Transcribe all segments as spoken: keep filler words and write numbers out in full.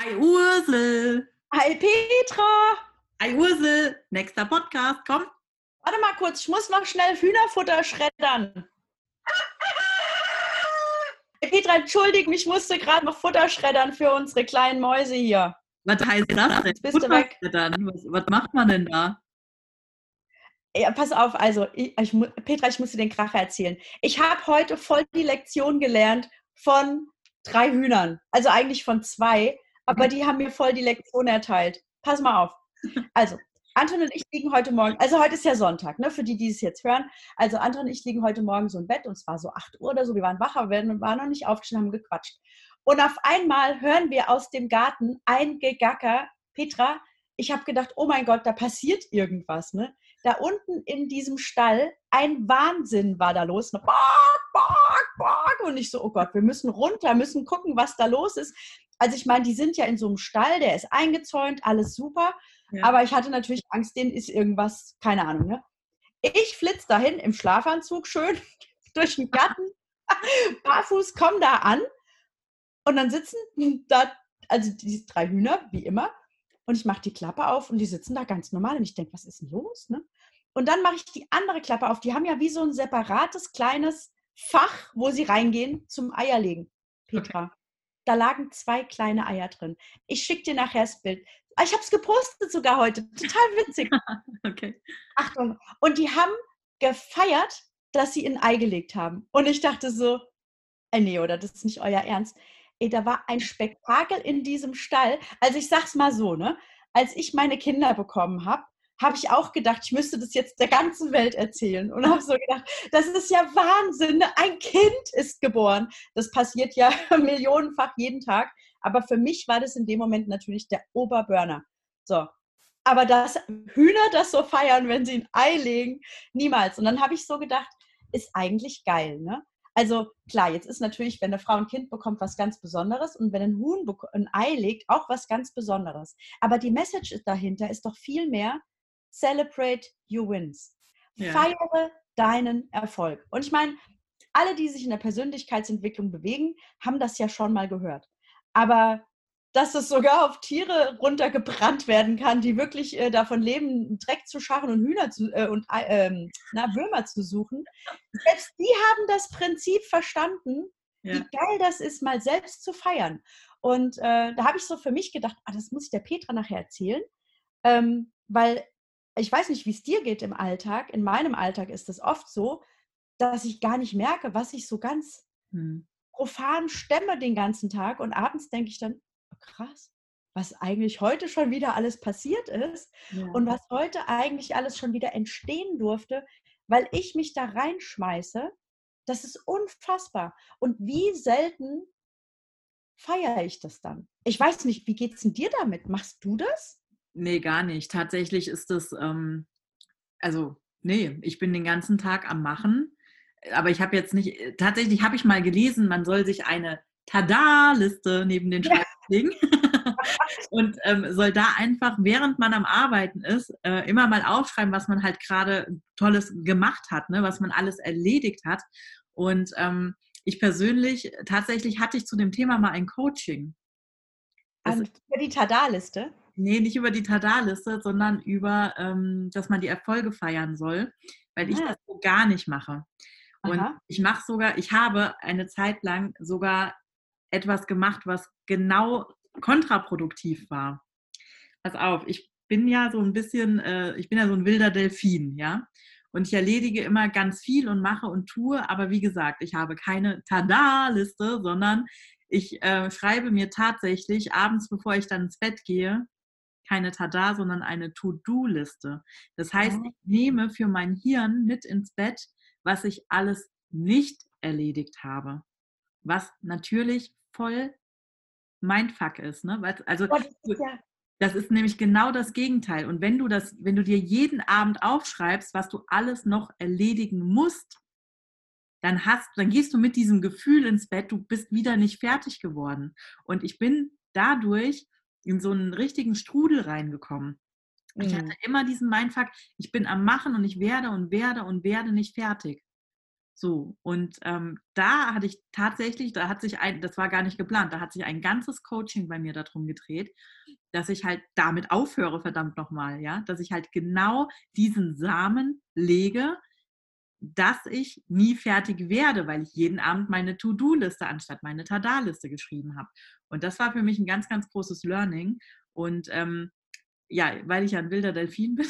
Hi Ursel. Hi Petra. Hi Ursel. Nächster Podcast, komm. Warte mal kurz, ich muss noch schnell Hühnerfutter schreddern. Hey Petra, entschuldige mich, ich musste gerade noch Futter schreddern für unsere kleinen Mäuse hier. Was heißt das denn? Jetzt bist du weg. Was, was macht man denn da? Ja, pass auf, also ich, ich, Petra, ich muss dir den Kracher erzählen. Ich habe heute voll die Lektion gelernt von drei Hühnern. Also eigentlich von zwei, aber Okay. die haben mir voll die Lektion erteilt. Pass mal auf. Also, Anton und ich liegen heute Morgen, also heute ist ja Sonntag, ne, für die, die es jetzt hören. Also Anton und ich liegen heute Morgen so im Bett und es war so acht Uhr oder so, wir waren wach, aber wir waren noch nicht aufgestanden, haben gequatscht. Und auf einmal hören wir aus dem Garten ein Gegacker. Petra, ich habe gedacht, oh mein Gott, da passiert irgendwas, ne? Da unten in diesem Stall, ein Wahnsinn war da los. Bark, bark, bark. Und ich so, oh Gott, wir müssen runter, müssen gucken, was da los ist. Also ich meine, die sind ja in so einem Stall, der ist eingezäunt, alles super. Ja. Aber ich hatte natürlich Angst, denen ist irgendwas, keine Ahnung. Ne? Ich flitze dahin im Schlafanzug schön durch den Garten, barfuß, komme da an und dann sitzen da, also diese drei Hühner, wie immer, und ich mache die Klappe auf und die sitzen da ganz normal und ich denke, was ist denn los? Ne? Und dann mache ich die andere Klappe auf. Die haben ja wie so ein separates kleines Fach, wo sie reingehen zum Eierlegen, Petra. Okay. Da lagen zwei kleine Eier drin. Ich schicke dir nachher das Bild. Ich habe es gepostet sogar heute. Total witzig. Okay. Achtung. Und die haben gefeiert, dass sie ein Ei gelegt haben. Und ich dachte so, äh, nee, oder das ist nicht euer Ernst. Ey, da war ein Spektakel in diesem Stall. Also ich sag's mal so, ne? Als ich meine Kinder bekommen habe, habe ich auch gedacht, ich müsste das jetzt der ganzen Welt erzählen. Und habe so gedacht, das ist ja Wahnsinn. Ein Kind ist geboren. Das passiert ja millionenfach jeden Tag. Aber für mich war das in dem Moment natürlich der Oberburner. So. Aber dass Hühner das so feiern, wenn sie ein Ei legen, niemals. Und dann habe ich so gedacht, ist eigentlich geil, ne? Also klar, jetzt ist natürlich, wenn eine Frau ein Kind bekommt, was ganz Besonderes und wenn ein Huhn ein Ei legt, auch was ganz Besonderes. Aber die Message dahinter ist doch viel mehr, celebrate your wins. Ja. Feiere deinen Erfolg. Und ich meine, alle, die sich in der Persönlichkeitsentwicklung bewegen, haben das ja schon mal gehört. Aber dass es sogar auf Tiere runtergebrannt werden kann, die wirklich äh, davon leben, Dreck zu scharren und Hühner zu, äh, und äh, na, Würmer zu suchen. Selbst die haben das Prinzip verstanden, ja. Wie geil das ist, mal selbst zu feiern. Und äh, da habe ich so für mich gedacht, ah, das muss ich der Petra nachher erzählen, ähm, weil ich weiß nicht, wie es dir geht im Alltag. In meinem Alltag ist es oft so, dass ich gar nicht merke, was ich so ganz hm. profan stemme den ganzen Tag und abends denke ich dann, krass, was eigentlich heute schon wieder alles passiert ist ja. Und was heute eigentlich alles schon wieder entstehen durfte, weil ich mich da reinschmeiße, das ist unfassbar. Und wie selten feiere ich das dann? Ich weiß nicht, wie geht es denn dir damit? Machst du das? Nee, gar nicht. Tatsächlich ist das, ähm, also nee, ich bin den ganzen Tag am Machen, aber ich habe jetzt nicht, tatsächlich habe ich mal gelesen, man soll sich eine Tada-Liste neben den Schreibtisch legen. Und ähm, soll da einfach, während man am Arbeiten ist, äh, immer mal aufschreiben, was man halt gerade Tolles gemacht hat, ne? Was man alles erledigt hat. Und ähm, ich persönlich, tatsächlich hatte ich zu dem Thema mal ein Coaching. Das, über die Tada-Liste? Nee, nicht über die Tada-Liste, sondern über, ähm, dass man die Erfolge feiern soll, weil Aha. ich das so gar nicht mache. Und Aha. ich mache sogar, ich habe eine Zeit lang sogar etwas gemacht, was genau kontraproduktiv war. Pass auf, ich bin ja so ein bisschen, äh, ich bin ja so ein wilder Delfin, ja. Und ich erledige immer ganz viel und mache und tue, aber wie gesagt, ich habe keine Tada-Liste, sondern ich äh, schreibe mir tatsächlich abends, bevor ich dann ins Bett gehe, keine Tada, sondern eine To-Do-Liste. Das heißt, ich nehme für mein Hirn mit ins Bett, was ich alles nicht erledigt habe. Was natürlich voll Mindfuck ist, ne? Also das ist, ja. das ist nämlich genau das Gegenteil. Und wenn du das, wenn du dir jeden Abend aufschreibst, was du alles noch erledigen musst, dann hast, dann gehst du mit diesem Gefühl ins Bett, du bist wieder nicht fertig geworden. Und ich bin dadurch in so einen richtigen Strudel reingekommen. Mhm. Ich hatte immer diesen Mindfuck, ich bin am Machen und ich werde und werde und werde nicht fertig. So, und ähm, da hatte ich tatsächlich, da hat sich ein, das war gar nicht geplant, da hat sich ein ganzes Coaching bei mir darum gedreht, dass ich halt damit aufhöre, verdammt nochmal, ja, dass ich halt genau diesen Samen lege, dass ich nie fertig werde, weil ich jeden Abend meine To-Do-Liste anstatt meine Tada-Liste geschrieben habe. Und das war für mich ein ganz, ganz großes Learning. Und ähm, ja, weil ich ja ein wilder Delfin bin,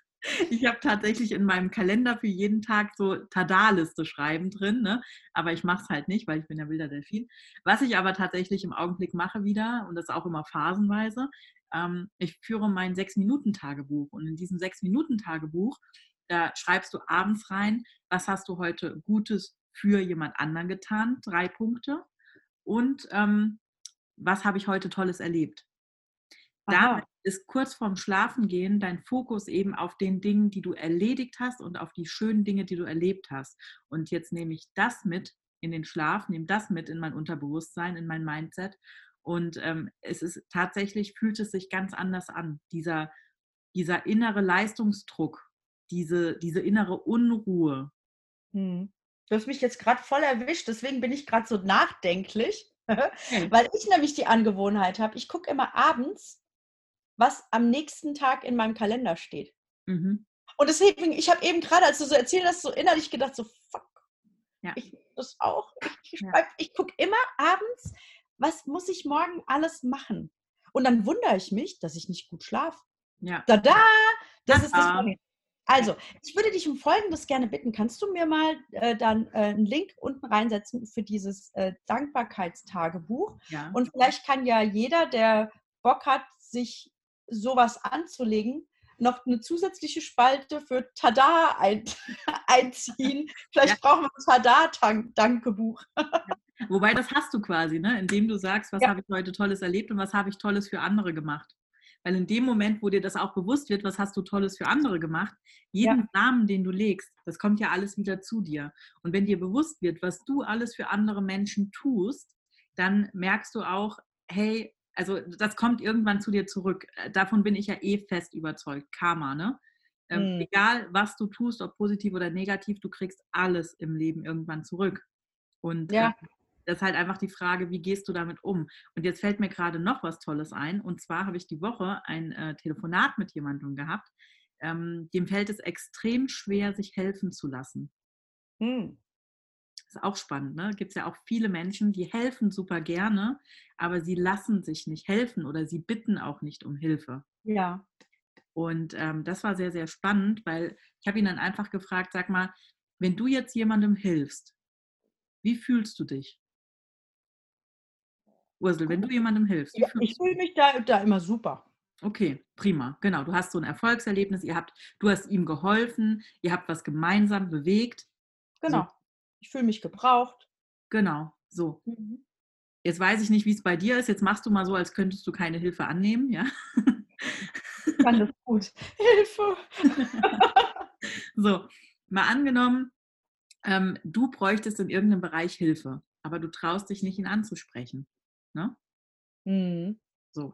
ich habe tatsächlich in meinem Kalender für jeden Tag so Tada-Liste schreiben drin, ne? Aber ich mache es halt nicht, weil ich bin ja wilder Delfin. Was ich aber tatsächlich im Augenblick mache wieder, und das auch immer phasenweise, ähm, ich führe mein Sechs-Minuten-Tagebuch. Und in diesem Sechs-Minuten-Tagebuch, da schreibst du abends rein, was hast du heute Gutes für jemand anderen getan, drei Punkte. Und ähm, was habe ich heute Tolles erlebt. Damit Aha. ist kurz vorm Schlafengehen dein Fokus eben auf den Dingen, die du erledigt hast und auf die schönen Dinge, die du erlebt hast. Und jetzt nehme ich das mit in den Schlaf, nehme das mit in mein Unterbewusstsein, in mein Mindset. Und ähm, es ist tatsächlich, fühlt es sich ganz anders an. Dieser, dieser innere Leistungsdruck, diese, diese innere Unruhe. Mhm. Du hast mich jetzt gerade voll erwischt, deswegen bin ich gerade so nachdenklich, Okay. weil ich nämlich die Angewohnheit habe, ich gucke immer abends, was am nächsten Tag in meinem Kalender steht. Mhm. Und deswegen, ich habe eben gerade, als du so erzählt hast, so innerlich gedacht, so fuck, Ja. ich das auch. Ich, Ja. ich gucke immer abends, was muss ich morgen alles machen? Und dann wundere ich mich, dass ich nicht gut schlafe. Ja. Tada! Das ist das Tada. Problem. Also, ich würde dich um Folgendes gerne bitten. Kannst du mir mal äh, dann äh, einen Link unten reinsetzen für dieses äh, Dankbarkeitstagebuch? Ja. Und vielleicht kann ja jeder, der Bock hat, sich sowas anzulegen, noch eine zusätzliche Spalte für Tada ein, einziehen. Ja. Vielleicht brauchen wir ein Tada-Dankebuch. Wobei, das hast du quasi, ne? Indem du sagst, was Ja, habe ich heute Tolles erlebt und was habe ich Tolles für andere gemacht. Weil in dem Moment, wo dir das auch bewusst wird, was hast du Tolles für andere gemacht, ja, jeden Namen, den du legst, das kommt ja alles wieder zu dir. Und wenn dir bewusst wird, was du alles für andere Menschen tust, dann merkst du auch, hey, also das kommt irgendwann zu dir zurück. Davon bin ich ja eh fest überzeugt. Karma, ne? Ähm, hm, egal, was du tust, ob positiv oder negativ, du kriegst alles im Leben irgendwann zurück. Und äh, ja. das ist halt einfach die Frage, wie gehst du damit um? Und jetzt fällt mir gerade noch was Tolles ein. Und zwar habe ich die Woche ein äh, Telefonat mit jemandem gehabt. Ähm, dem fällt es extrem schwer, sich helfen zu lassen. Hm. Das ist auch spannend, ne? Gibt es ja auch viele Menschen, die helfen super gerne, aber sie lassen sich nicht helfen oder sie bitten auch nicht um Hilfe. Ja. Und ähm, das war sehr, sehr spannend, weil ich habe ihn dann einfach gefragt, sag mal, wenn du jetzt jemandem hilfst, wie fühlst du dich? Ursel, wenn du jemandem hilfst, wie Ja, ich fühlst du fühle dich? mich da, da immer super. Okay, prima. Genau, du hast so ein Erfolgserlebnis, ihr habt, du hast ihm geholfen, ihr habt was gemeinsam bewegt. So, Genau. Ich fühle mich gebraucht. genau, so. Mhm. Jetzt weiß ich nicht, wie es bei dir ist. Jetzt machst du mal so, als könntest du keine Hilfe annehmen, ja? Ich kann das gut. Hilfe! So, mal angenommen, ähm, du bräuchtest in irgendeinem Bereich Hilfe, aber du traust dich nicht, ihn anzusprechen. Ne? Mhm. So.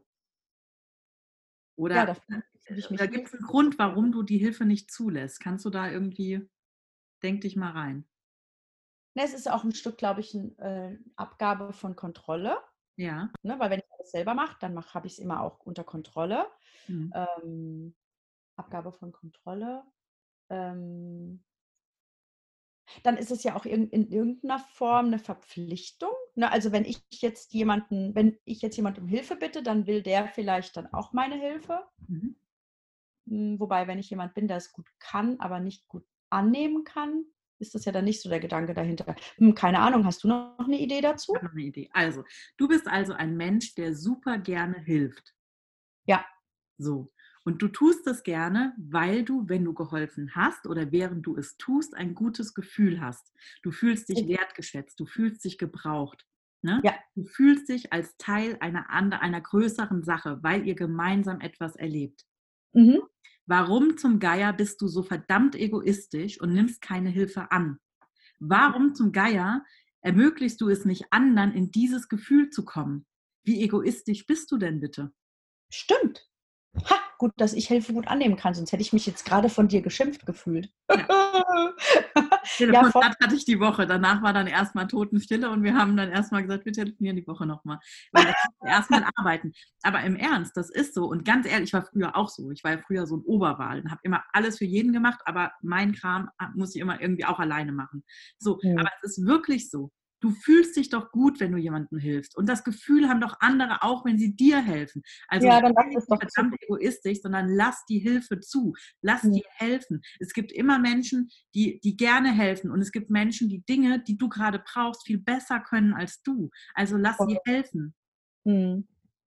Ja, Oder da fühle fühle ich da mich gibt es einen hilflos. Grund, warum du die Hilfe nicht zulässt. Kannst du da irgendwie, denk dich mal rein. Ne, es ist auch 'n Stück, glaube ich, 'n äh, Abgabe von Kontrolle, Ja. ne? Weil wenn ich alles selber mache, dann mache habe ich's immer auch unter Kontrolle. Mhm. Ähm, Abgabe von Kontrolle. Ähm, dann ist es ja auch irgend in irgend 'ner Form 'ne Verpflichtung, ne? Also, wenn ich jetzt jemanden wenn ich jetzt jemand um Hilfe bitte, dann will der vielleicht dann auch meine Hilfe. Mhm. Hm, wobei, wenn ich jemand bin, der es gut kann, aber nicht gut annehmen kann, ist das ja dann nicht so der Gedanke dahinter. Hm, keine Ahnung, hast du noch 'ne Idee Ich dazu? habe noch eine Idee. Also, du bist also ein Mensch, der super gerne hilft. Ja. So. Und du tust das gerne, weil du, wenn du geholfen hast oder während du es tust, ein gutes Gefühl hast. Du fühlst dich wertgeschätzt, du fühlst dich gebraucht. Ne? Ja. Du fühlst dich als Teil einer, ander- einer größeren Sache, weil ihr gemeinsam etwas erlebt. Mhm. Warum zum Geier bist du so verdammt egoistisch und nimmst keine Hilfe an? Warum zum Geier ermöglichst du es nicht anderen, in dieses Gefühl zu kommen? Wie egoistisch bist du denn bitte? Stimmt. Ha, gut, dass ich Hilfe gut annehmen kann, sonst hätte ich mich jetzt gerade von dir geschimpft gefühlt. Ja. Ja, voll. Telefonat hatte ich die Woche. Danach war dann erstmal Totenstille und wir haben dann erstmal gesagt, wir telefonieren die Woche nochmal. Weil das ist erstmal arbeiten. Aber im Ernst, das ist so. Und ganz ehrlich, ich war früher auch so. Ich war ja früher so ein Oberwahl und habe immer alles für jeden gemacht, aber mein Kram muss ich immer irgendwie auch alleine machen. So, Hm. aber es ist wirklich so. Du fühlst dich doch gut, wenn du jemandem hilfst. Und das Gefühl haben doch andere auch, wenn sie dir helfen. Also Ja, dann lass sei es nicht doch verdammt zu. egoistisch, sondern lass die Hilfe zu. Lass Hm. dir helfen. Es gibt immer Menschen, die, die gerne helfen. Und es gibt Menschen, die Dinge, die du gerade brauchst, viel besser können als du. Also lass Voll. sie helfen. Hm.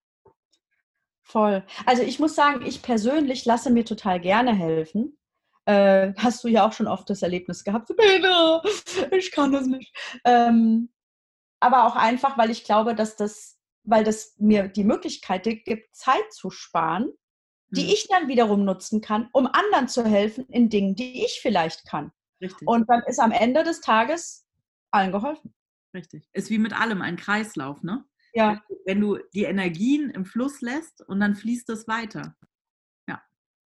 Voll. Also ich muss sagen, ich persönlich lasse mir total gerne helfen. Äh, hast du ja auch schon oft das Erlebnis gehabt, so, Peter, ich kann das nicht. Ähm, aber auch einfach, weil ich glaube, dass das, weil das mir die Möglichkeit gibt, Zeit zu sparen, die Hm, ich dann wiederum nutzen kann, um anderen zu helfen in Dingen, die ich vielleicht kann. richtig, Und dann ist am Ende des Tages allen geholfen. richtig. Ist wie mit allem ein Kreislauf, ne? Wenn Ja, du, wenn du die Energien im Fluss lässt und dann fließt es weiter. Ja,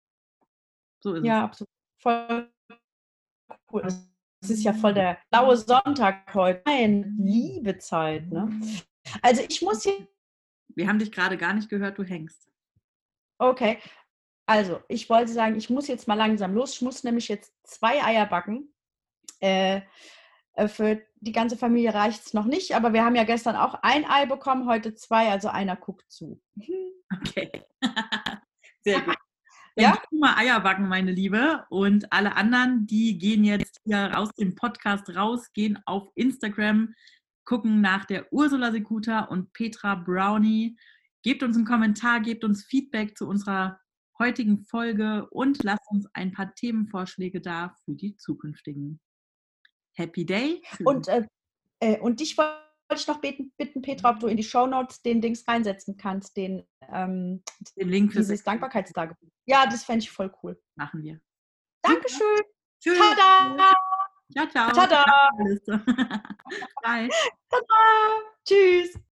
so ist es. ja, absolut. Voll cool. Es ist ja voll der blaue Sonntag heute. Nein, Liebezeit, ne? Also ich muss hier, Wir haben dich gerade gar nicht gehört, du hängst. okay, also ich wollte sagen, ich muss jetzt mal langsam los. Ich muss nämlich jetzt zwei Eier backen. Äh, äh, für die ganze Familie reicht es noch nicht, aber wir haben ja gestern auch ein Ei bekommen, heute zwei, also einer guckt zu. Okay. Sehr gut. Dann Ja? geh du mal Eier backen, meine Liebe. Und alle anderen, die gehen jetzt hier aus dem Podcast raus, gehen auf Instagram, gucken nach der Ursula Sekuta und Petra Brownie. Gebt uns einen Kommentar, gebt uns Feedback zu unserer heutigen Folge und lasst uns ein paar Themenvorschläge da für die zukünftigen. Happy Day. Und, äh, äh, und dich wollte ich noch beten, bitten, Petra, ob du in die Shownotes den Dings reinsetzen kannst, den, ähm, Den Link für dieses Sekuta Dankbarkeitstagebuch. Ja, das fände ich voll cool. machen wir. Super. Dankeschön. Tschüss. Tada! Ciao, ciao. Tada! Bye. Tada! Tschüss.